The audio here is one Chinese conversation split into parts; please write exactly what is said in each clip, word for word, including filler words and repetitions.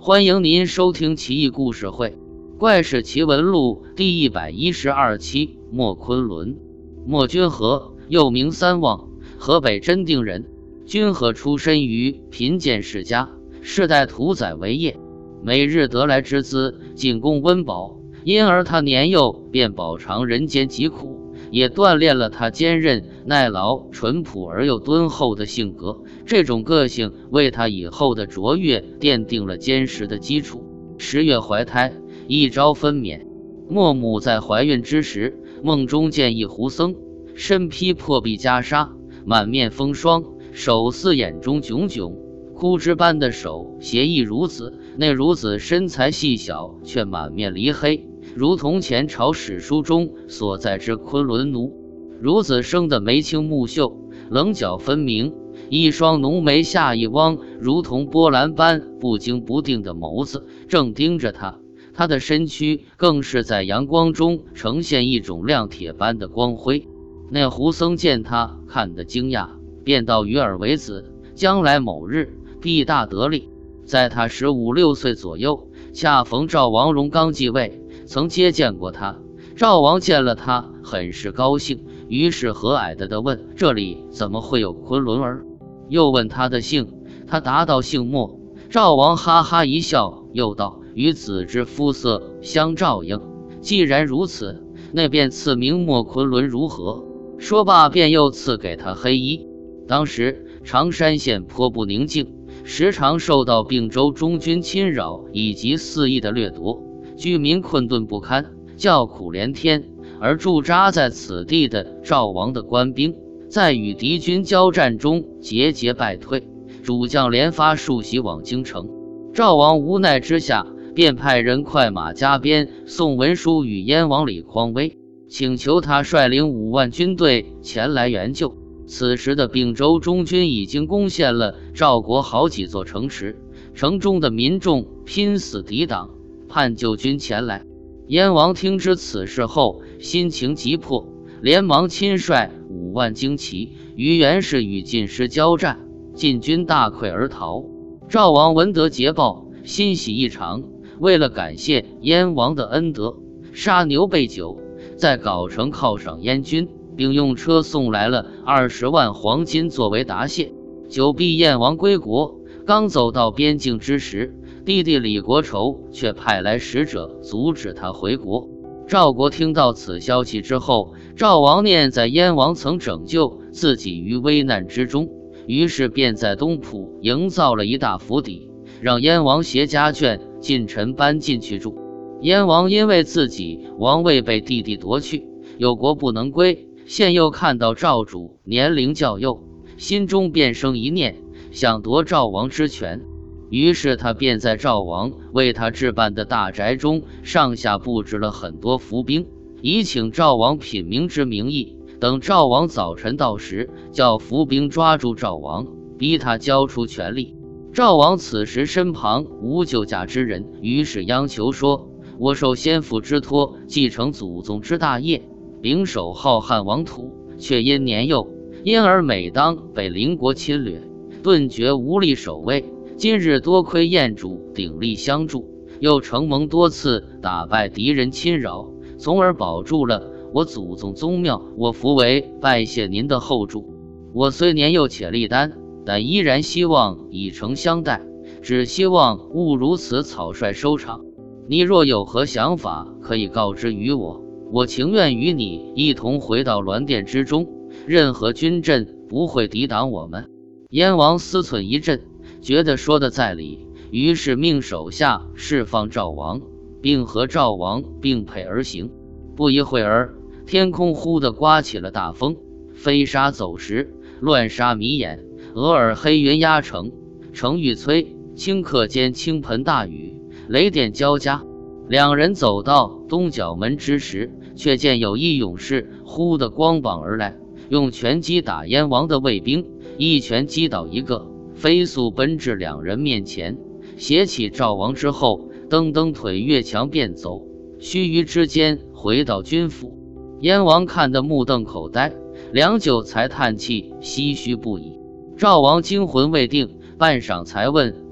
欢迎您收听奇异故事会《怪事奇闻录》第一百一十二期。莫昆仑，莫君和，又名三望，河北真定人。君和出身于贫贱世家，世代屠宰为业，每日得来之资仅供温饱，因而他年幼便饱尝人间疾苦，也锻炼了他坚韧耐劳、淳朴而又敦厚的性格。这种个性为他以后的卓越奠定了坚实的基础。十月怀胎，一朝分娩。莫母在怀孕之时，梦中见一胡僧，身披破壁袈裟，满面风霜，手似眼中炯炯，枯枝般的手斜一孺子，那孺子身材细小，却满面黧黑，如同前朝史书中所载之昆仑奴。孺子生得眉清目秀，棱角分明，一双浓眉下一汪如同波澜般不惊不定的眸子正盯着他，他的身躯更是在阳光中呈现一种亮铁般的光辉。那胡僧见他看得惊讶，便道与尔为子，将来某日必大得利。在他十五六岁左右，恰逢赵王荣刚继位，曾接见过他。赵王见了他很是高兴，于是和蔼的地问：这里怎么会有昆仑儿？又问他的姓，他答道姓莫。赵王哈哈一笑，又道：与子之肤色相照应，既然如此，那便赐名莫昆仑如何？说罢便又赐给他黑衣。当时常山县颇不宁静，时常受到并州中军侵扰以及肆意的掠夺，居民困顿不堪，叫苦连天。而驻扎在此地的赵王的官兵，在与敌军交战中节节败退，主将连发数袭往京城。赵王无奈之下，便派人快马加鞭送文书与燕王李匡威，请求他率领五万军队前来援救。此时的并州中军已经攻陷了赵国好几座城池，城中的民众拼死抵挡，盼救军前来。燕王听知此事后，心情急迫，连忙亲率五万精骑与袁氏与晋师交战，晋军大溃而逃。赵王闻得捷报，欣喜异常，为了感谢燕王的恩德，杀牛备酒，在藁城犒赏燕军，并用车送来了二十万黄金作为答谢。久避燕王归国，刚走到边境之时，弟弟李国仇却派来使者阻止他回国。赵国听到此消息之后，赵王念在燕王曾拯救自己于危难之中，于是便在东浦营造了一大府邸，让燕王携家眷近臣搬进去住。燕王因为自己王位被弟弟夺去，有国不能归，现又看到赵主年龄较幼，心中便生一念，想夺赵王之权。于是他便在赵王为他置办的大宅中上下布置了很多伏兵，以请赵王品茗之名义，等赵王早晨到时，叫伏兵抓住赵王，逼他交出权力。赵王此时身旁无救驾之人，于是央求说：我受先父之托，继承祖宗之大业，领守浩瀚王土，却因年幼，因而每当被邻国侵略，顿觉无力守卫。今日多亏燕主鼎力相助，又承蒙多次打败敌人侵扰，从而保住了我祖宗宗庙。我福为拜谢您的厚助。我虽年幼且力单，但依然希望以诚相待，只希望勿如此草率收场。你若有何想法，可以告知于我，我情愿与你一同回到銮殿之中，任何军阵不会抵挡我们。燕王思忖一阵，觉得说的在理，于是命手下释放赵王，并和赵王并辔而行。不一会儿，天空忽地刮起了大风，飞沙走石，乱沙迷眼，俄尔黑云压城，城欲摧，顷刻间倾盆大雨，雷电交加。两人走到东角门之时，却见有一勇士忽地光膀而来，用拳击打燕王的卫兵，一拳击倒一个，飞速奔至两人面前，挟起赵王之后，蹬蹬腿越墙便走，须臾之间回到军府。燕王看得目瞪口呆，良久才叹气，唏嘘不已。赵王惊魂未定，半晌才问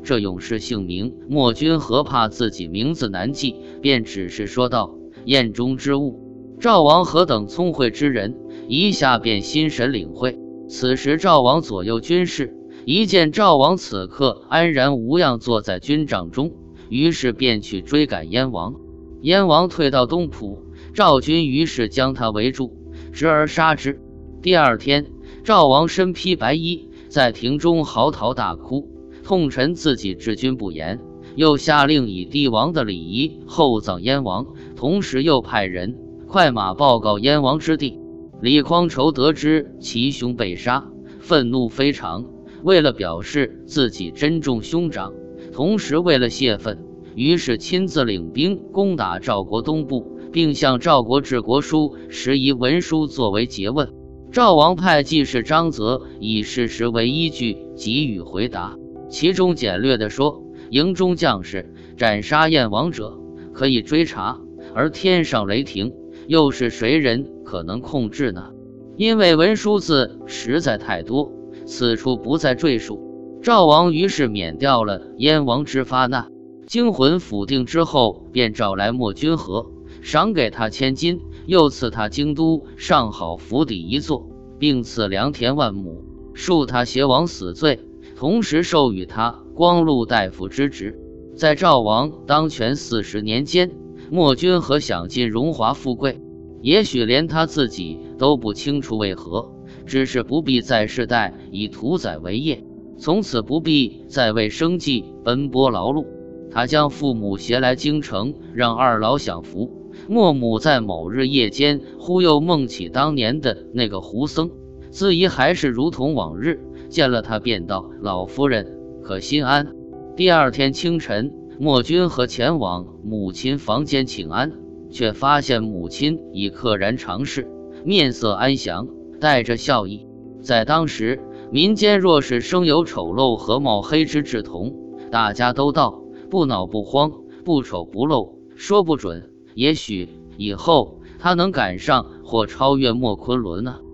这勇士姓名。莫君和怕自己名字难记，便只是说道：“宴中之物。”赵王何等聪慧之人，一下便心神领会。此时赵王左右军士，一见赵王此刻安然无恙坐在军帐中，于是便去追赶燕王。燕王退到东浦，赵军于是将他围住，执而杀之。第二天，赵王身披白衣，在庭中嚎啕大哭，痛陈自己治军不严，又下令以帝王的礼仪厚葬燕王，同时又派人快马报告燕王之地。李匡仇得知其兄被杀，愤怒非常，为了表示自己珍重兄长，同时为了泄愤，于是亲自领兵攻打赵国东部，并向赵国治国书拾遗文书作为诘问。赵王派记事张泽以事实为依据给予回答，其中简略地说，营中将士斩杀燕王者可以追查，而天上雷霆又是谁人可能控制呢？因为文书字实在太多，此处不再赘述。赵王于是免掉了燕王之发难，惊魂甫定之后，便找来莫君和，赏给他千金，又赐他京都上好府邸一座，并赐良田万亩，恕他挟王死罪，同时授予他光禄大夫之职。在赵王当权四十年间，莫君和享尽荣华富贵，也许连他自己都不清楚为何，只是不必在世代以屠宰为业，从此不必再为生计奔波劳碌。他将父母携来京城，让二老享福。莫母在某日夜间忽又梦起当年的那个胡僧，自疑还是如同往日，见了他便道：“老夫人可心安。”第二天清晨，莫君和前往母亲房间请安，却发现母亲已溘然长逝，面色安详，带着笑意。在当时，民间若是生有丑陋和冒黑之志同，大家都道不恼不慌，不丑不陋，说不准，也许以后他能赶上或超越莫昆仑呢。